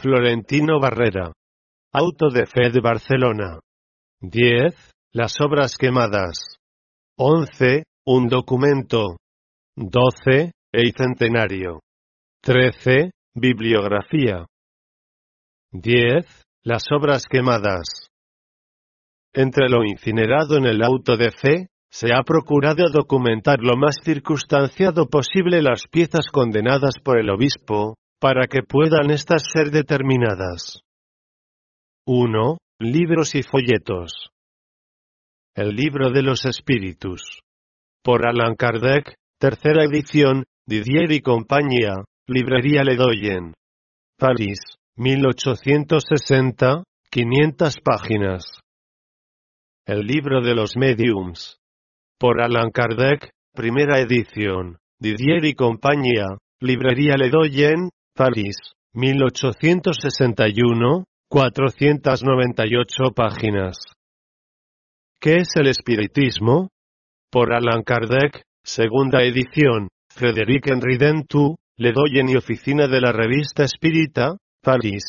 Florentino Barrera. Auto de Fe de Barcelona. 10. Las obras quemadas. 11. Un documento. 12. El centenario. 13. Bibliografía. 10. Las obras quemadas. Entre lo incinerado en el auto de fe, se ha procurado documentar lo más circunstanciado posible las piezas condenadas por el obispo, para que puedan éstas ser determinadas. 1. Libros y folletos. El libro de los espíritus. Por Allan Kardec, tercera edición, Didier y compañía, Librería Ledoyen. París, 1860, 500 páginas. El libro de los médiums. Por Allan Kardec, primera edición, Didier y compañía, Librería Ledoyen, París, 1861, 498 páginas. ¿Qué es el espiritismo? Por Allan Kardec, segunda edición, Frédéric Henri Dentu, Ledoyen y Oficina de la Revista Espírita, París,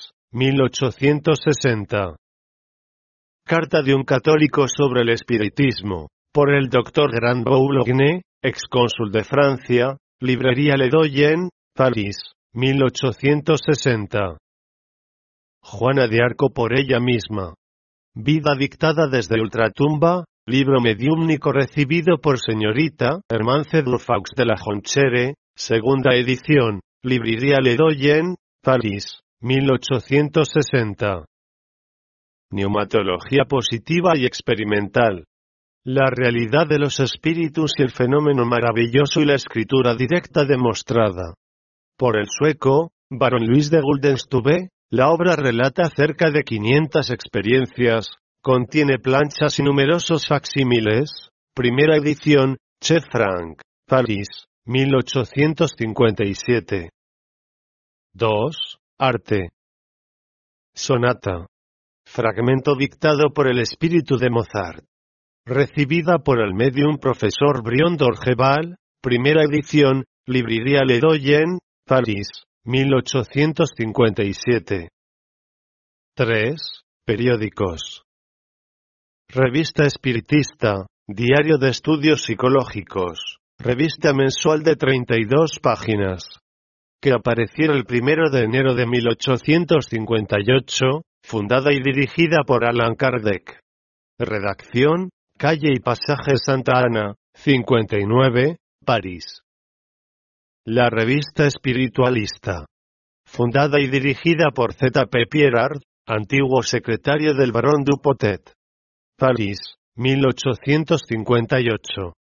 1860. Carta de un católico sobre el espiritismo, por el Dr. Grand Boulogne, excónsul de Francia, Librería Ledoyen, París, 1860. Juana de Arco por ella misma. Vida dictada desde ultratumba, libro mediúmnico recibido por señorita Hermance Durfaux de la Jonchere, segunda edición, Librería Ledoyen, París, 1860. Neumatología positiva y experimental. La realidad de los espíritus y el fenómeno maravilloso y la escritura directa demostrada. Por el sueco, Baron Luis de Guldenstube, la obra relata cerca de 500 experiencias, contiene planchas y numerosos facsímiles, primera edición, Che Frank, París, 1857. 2. Arte. Sonata. Fragmento dictado por el espíritu de Mozart. Recibida por el medium profesor Brion d'Orgeval, primera edición, Librería Ledoyen, París, 1857. 3. Periódicos. Revista Espiritista, Diario de Estudios Psicológicos, revista mensual de 32 páginas. Que apareciera el 1 de enero de 1858, fundada y dirigida por Allan Kardec. Redacción, Calle y Pasaje Santa Ana, 59, París. La revista Espiritualista. Fundada y dirigida por Z. P. Pierard, antiguo secretario del barón Dupotet. París, 1858.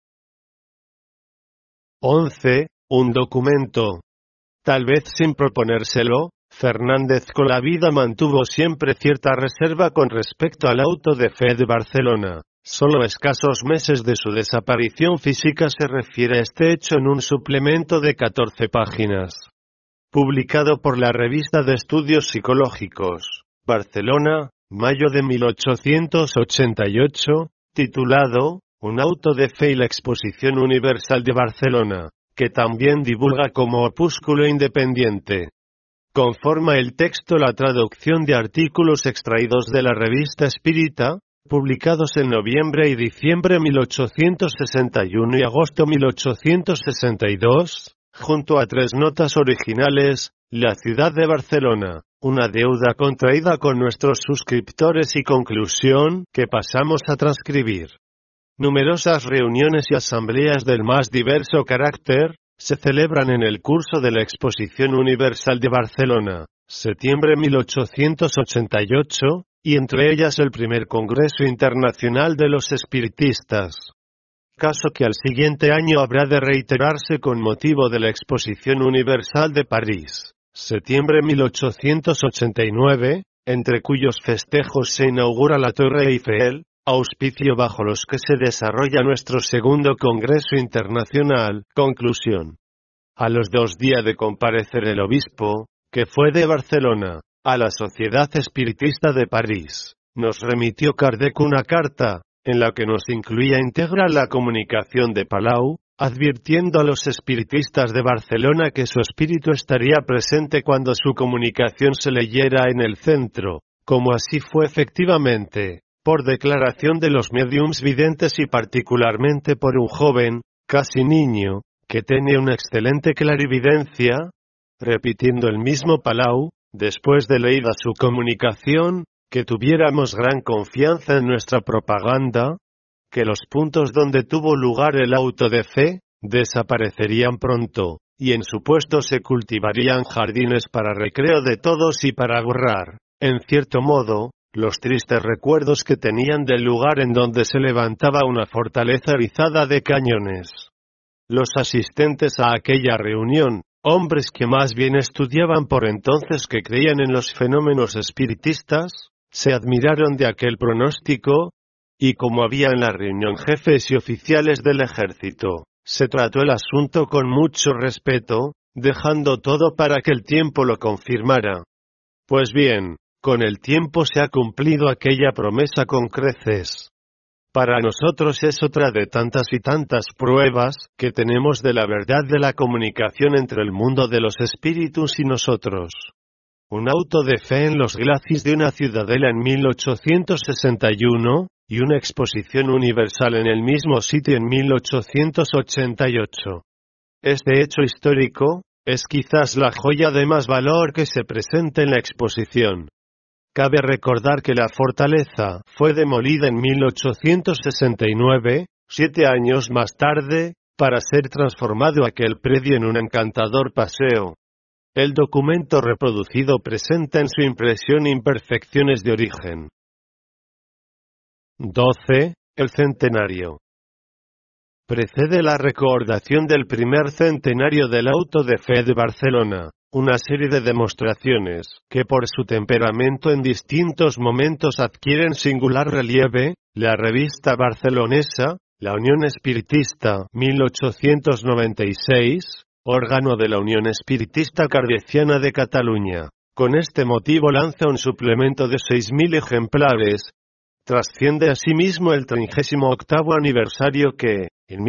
11. Un documento. Tal vez sin proponérselo, Fernández con la vida mantuvo siempre cierta reserva con respecto al auto de fe de Barcelona. Solo escasos meses de su desaparición física se refiere a este hecho en un suplemento de 14 páginas. Publicado por la Revista de Estudios Psicológicos, Barcelona, mayo de 1888, titulado, Un auto de fe y la Exposición Universal de Barcelona, que también divulga como opúsculo independiente. Conforma el texto la traducción de artículos extraídos de la Revista Espírita, publicados en noviembre y diciembre 1861 y agosto 1862, junto a 3 notas originales, La ciudad de Barcelona, una deuda contraída con nuestros suscriptores y conclusión, que pasamos a transcribir. Numerosas reuniones y asambleas del más diverso carácter, se celebran en el curso de la Exposición Universal de Barcelona, septiembre 1888, y entre ellas el primer Congreso Internacional de los Espiritistas. Caso que al siguiente año habrá de reiterarse con motivo de la Exposición Universal de París, septiembre 1889, entre cuyos festejos se inaugura la Torre Eiffel, auspicio bajo los que se desarrolla nuestro segundo Congreso Internacional. Conclusión. A los 2 días de comparecer el obispo, que fue de Barcelona, a la Sociedad Espiritista de París, nos remitió Kardec una carta, en la que nos incluía íntegra la comunicación de Palau, advirtiendo a los espiritistas de Barcelona que su espíritu estaría presente cuando su comunicación se leyera en el centro, como así fue efectivamente, por declaración de los médiums videntes y particularmente por un joven, casi niño, que tenía una excelente clarividencia, repitiendo el mismo Palau, después de leída su comunicación, que tuviéramos gran confianza en nuestra propaganda, que los puntos donde tuvo lugar el auto de fe, desaparecerían pronto, y en su puesto se cultivarían jardines para recreo de todos y para borrar, en cierto modo, los tristes recuerdos que tenían del lugar en donde se levantaba una fortaleza erizada de cañones. Los asistentes a aquella reunión, hombres que más bien estudiaban por entonces que creían en los fenómenos espiritistas, se admiraron de aquel pronóstico, y como había en la reunión jefes y oficiales del ejército, se trató el asunto con mucho respeto, dejando todo para que el tiempo lo confirmara. Pues bien, con el tiempo se ha cumplido aquella promesa con creces. Para nosotros es otra de tantas y tantas pruebas que tenemos de la verdad de la comunicación entre el mundo de los espíritus y nosotros. Un auto de fe en los glacis de una ciudadela en 1861, y una exposición universal en el mismo sitio en 1888. Este hecho histórico es quizás la joya de más valor que se presenta en la exposición. Cabe recordar que la fortaleza fue demolida en 1869, 7 años más tarde, para ser transformado aquel predio en un encantador paseo. El documento reproducido presenta en su impresión imperfecciones de origen. 12. El centenario. Precede la recordación del primer centenario del auto de fe de Barcelona, una serie de demostraciones, que por su temperamento en distintos momentos adquieren singular relieve, la revista barcelonesa, La Unión Espiritista, 1896, órgano de la Unión Espiritista Cardeciana de Cataluña. Con este motivo lanza un suplemento de 6.000 ejemplares. Trasciende asimismo el 38º aniversario que, en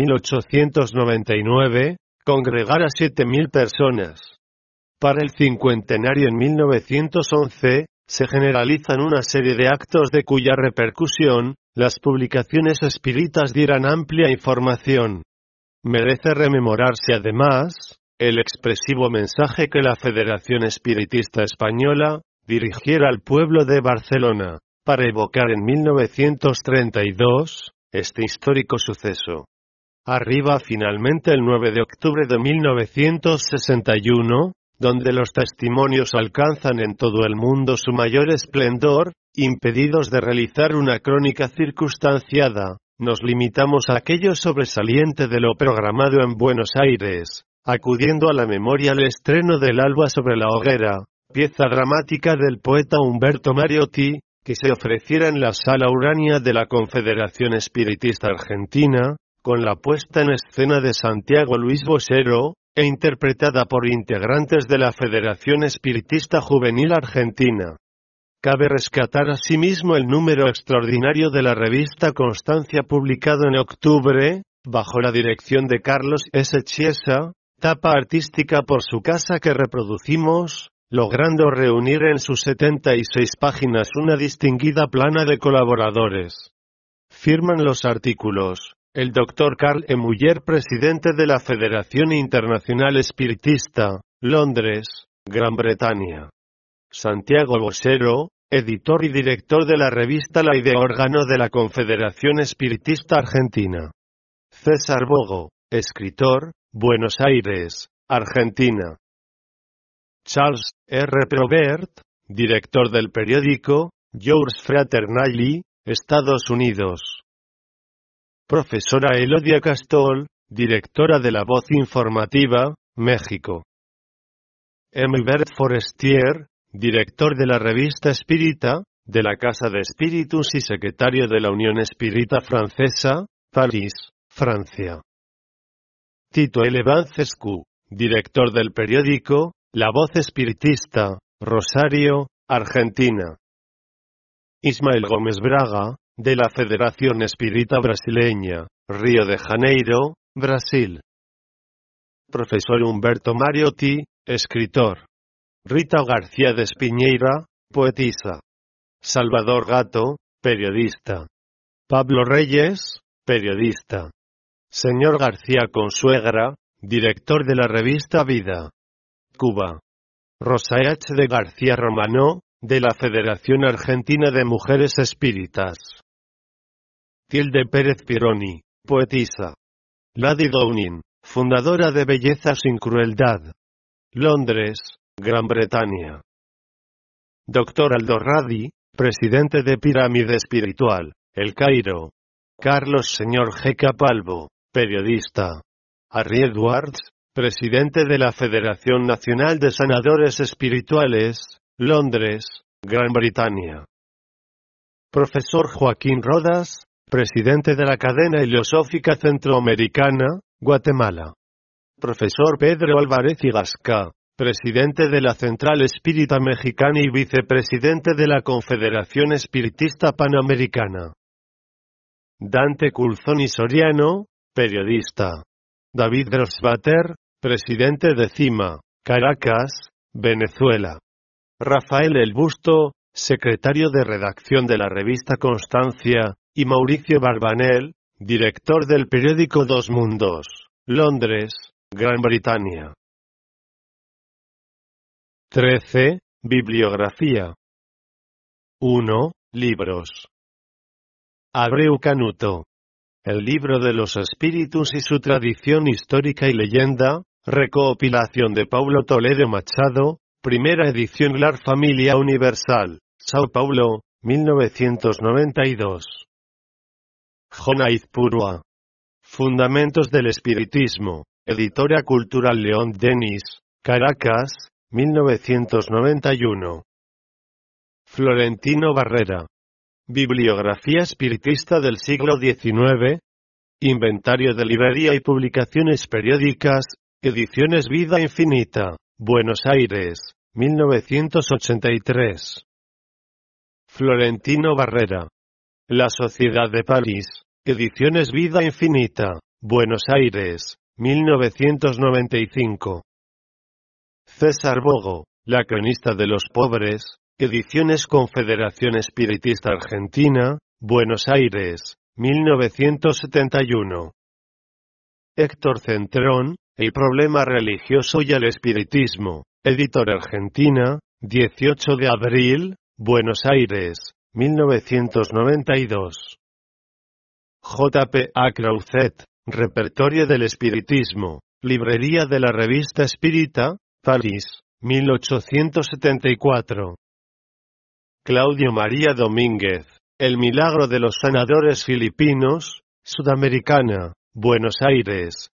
1899, congregara 7.000 personas. Para el cincuentenario en 1911, se generalizan una serie de actos de cuya repercusión, las publicaciones espíritas dieran amplia información. Merece rememorarse además, el expresivo mensaje que la Federación Espiritista Española dirigiera al pueblo de Barcelona, para evocar en 1932, este histórico suceso. Arriba finalmente el 9 de octubre de 1961, donde los testimonios alcanzan en todo el mundo su mayor esplendor, impedidos de realizar una crónica circunstanciada, nos limitamos a aquello sobresaliente de lo programado en Buenos Aires, acudiendo a la memoria al estreno del Alba sobre la hoguera, pieza dramática del poeta Humberto Mariotti, que se ofreciera en la Sala Urania de la Confederación Espiritista Argentina, con la puesta en escena de Santiago Luis Boschero, e interpretada por integrantes de la Federación Espiritista Juvenil Argentina. Cabe rescatar asimismo el número extraordinario de la revista Constancia publicado en octubre, bajo la dirección de Carlos S. Chiesa, tapa artística por su casa que reproducimos, logrando reunir en sus 76 páginas una distinguida plana de colaboradores. Firman los artículos: el Dr. Carl E. Muller, presidente de la Federación Internacional Espiritista, Londres, Gran Bretaña. Santiago Boschero, editor y director de la revista La Idea, órgano de la Confederación Espiritista Argentina. César Bogo, escritor, Buenos Aires, Argentina. Charles R. Probert, director del periódico Yours Fraternally, Estados Unidos. Profesora Elodia Castol, directora de La Voz Informativa, México. Bert Forestier, director de la revista Espírita, de la Casa de Espíritus y secretario de la Unión Espírita Francesa, París, Francia. Tito L. Bancescu, director del periódico La Voz Espiritista, Rosario, Argentina. Ismael Gómez Braga, de la Federación Espírita Brasileña, Río de Janeiro, Brasil. Profesor Humberto Mariotti, escritor. Rita García de Espinheira, poetisa. Salvador Gato, periodista. Pablo Reyes, periodista. Señor García Consuegra, director de la revista Vida. Cuba. Rosa H. de García Romano, de la Federación Argentina de Mujeres Espíritas. Tilde Pérez Pironi, poetisa. Lady Downing, fundadora de Belleza sin Crueldad. Londres, Gran Bretaña. Dr. Aldo Radi, presidente de Pirámide Espiritual, El Cairo. Carlos Señor G. Capalvo, periodista. Harry Edwards, presidente de la Federación Nacional de Sanadores Espirituales, Londres, Gran Bretaña. Profesor Joaquín Rodas, presidente de la Cadena Heliosófica Centroamericana, Guatemala. Profesor Pedro Álvarez Igasca, presidente de la Central Espírita Mexicana y vicepresidente de la Confederación Espiritista Panamericana. Dante Culzoni Soriano, periodista. David Grossbater, presidente de CIMA, Caracas, Venezuela. Rafael El Busto, secretario de redacción de la revista Constancia, y Mauricio Barbanel, director del periódico Dos Mundos, Londres, Gran Bretaña. 13. Bibliografía. 1. Libros. Abreu Canuto. El libro de los espíritus y su tradición histórica y leyenda, recopilación de Paulo Toledo Machado, primera edición La Familia Universal, Sao Paulo, 1992. Jonaiz Purua. Fundamentos del Espiritismo, Editora Cultural León Denis, Caracas, 1991. Florentino Barrera. Bibliografía espiritista del siglo XIX. Inventario de librería y publicaciones periódicas, Ediciones Vida Infinita, Buenos Aires, 1983. Florentino Barrera. La Sociedad de París, Ediciones Vida Infinita, Buenos Aires, 1995. César Bogo, La Cronista de los Pobres, Ediciones Confederación Espiritista Argentina, Buenos Aires, 1971. Héctor Centrón, El problema religioso y el espiritismo, Editor Argentina, 18 de abril, Buenos Aires, 1992. J.P. A. Creuset, Repertorio del Espiritismo, Librería de la Revista Espírita, París, 1874. Claudio María Domínguez, El milagro de los sanadores filipinos, Sudamericana, Buenos Aires,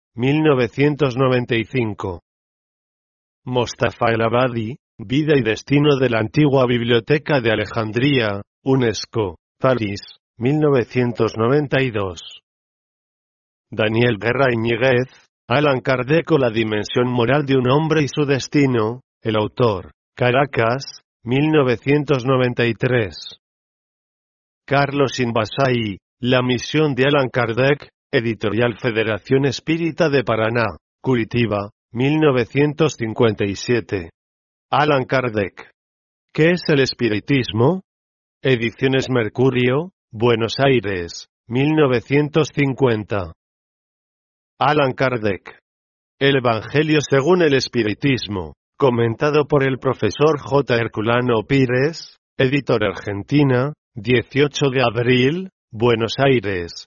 1995. Mostafa El Abadi, Vida y destino de la antigua Biblioteca de Alejandría, UNESCO, París, 1992. Daniel Guerra Iñiguez, Allan Kardec o la dimensión moral de un hombre y su destino, el autor, Caracas, 1993. Carlos Invasai, La misión de Allan Kardec, Editorial Federación Espírita de Paraná, Curitiba, 1957. Allan Kardec. ¿Qué es el espiritismo? Ediciones Mercurio, Buenos Aires, 1950. Allan Kardec. El Evangelio según el Espiritismo, comentado por el profesor J. Herculano Pires, Editor Argentina, 18 de abril, Buenos Aires,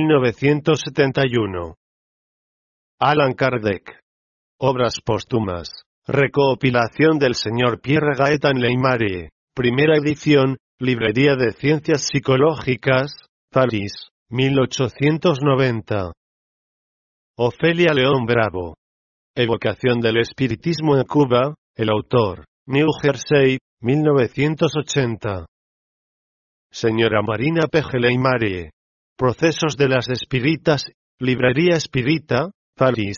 1971. Allan Kardec. Obras póstumas. Recopilación del Sr. Pierre Gaetan Leymare, primera edición, Librería de Ciencias Psicológicas, París, 1890. Ofelia León Bravo. Evocación del espiritismo en Cuba, el autor, New Jersey, 1980. Señora Marina P.G. Leymare. Procesos de las Espíritas, Librería Espírita, París,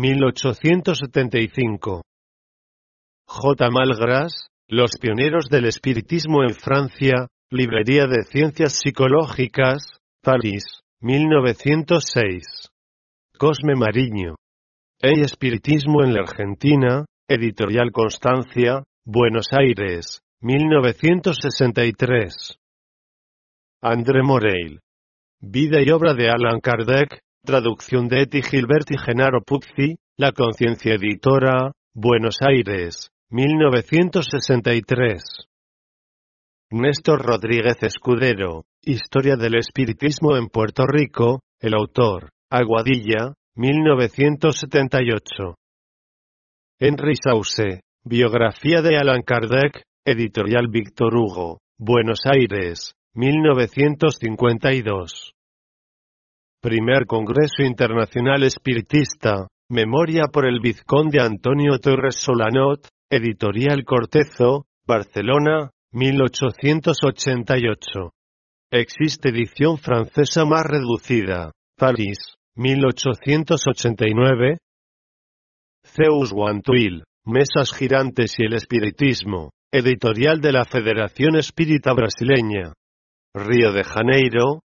1875. J. Malgras, Los pioneros del espiritismo en Francia, Librería de Ciencias Psicológicas, París, 1906. Cosme Mariño. Espiritismo en la Argentina, Editorial Constancia, Buenos Aires, 1963. André Morell. Vida y obra de Allan Kardec, traducción de Eti Gilbert y Genaro Puzzi, La Conciencia Editora, Buenos Aires, 1963. Néstor Rodríguez Escudero, Historia del Espiritismo en Puerto Rico, el autor, Aguadilla, 1978. Henry Sauce, Biografía de Allan Kardec, Editorial Víctor Hugo, Buenos Aires, 1952. Primer Congreso Internacional Espiritista, Memoria por el Vizconde Antonio Torres Solanot, Editorial Cortezo, Barcelona, 1888. Existe edición francesa más reducida, París, 1889. Zeus Guantuil, Mesas Girantes y el Espiritismo, Editorial de la Federación Espírita Brasileña. Río de Janeiro,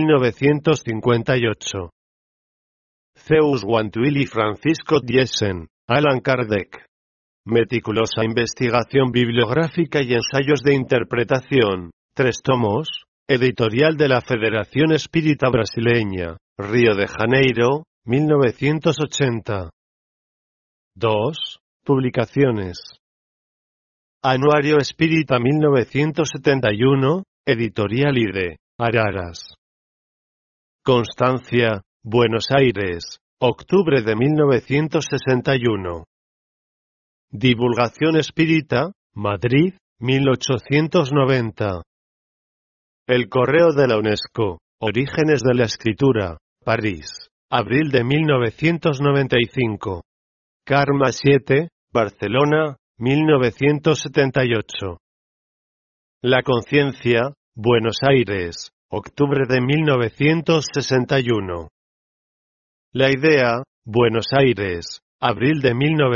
1958. Zeus Guantuil y Francisco Diesen, Allan Kardec. Meticulosa investigación bibliográfica y ensayos de interpretación, 3 tomos, Editorial de la Federación Espírita Brasileña, Río de Janeiro, 1980. 2. Publicaciones. Anuario Espírita 1971, Editorial IDE, Araras. Constancia, Buenos Aires, octubre de 1961. Divulgación Espírita, Madrid, 1890. El Correo de la UNESCO, Orígenes de la Escritura, París, abril de 1995. Karma 7, Barcelona, 1978. La Conciencia, Buenos Aires, octubre de 1961. La Idea, Buenos Aires, abril de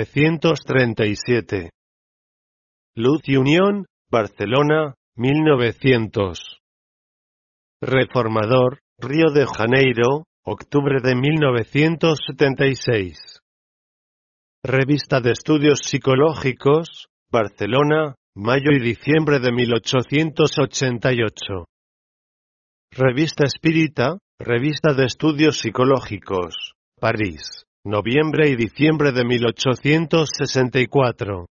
1937. Luz y Unión, Barcelona, 1900. Reformador, Río de Janeiro, octubre de 1976. Revista de Estudios Psicológicos, Barcelona, mayo y diciembre de 1888. Revista Espírita, Revista de Estudios Psicológicos, París, noviembre y diciembre de 1864.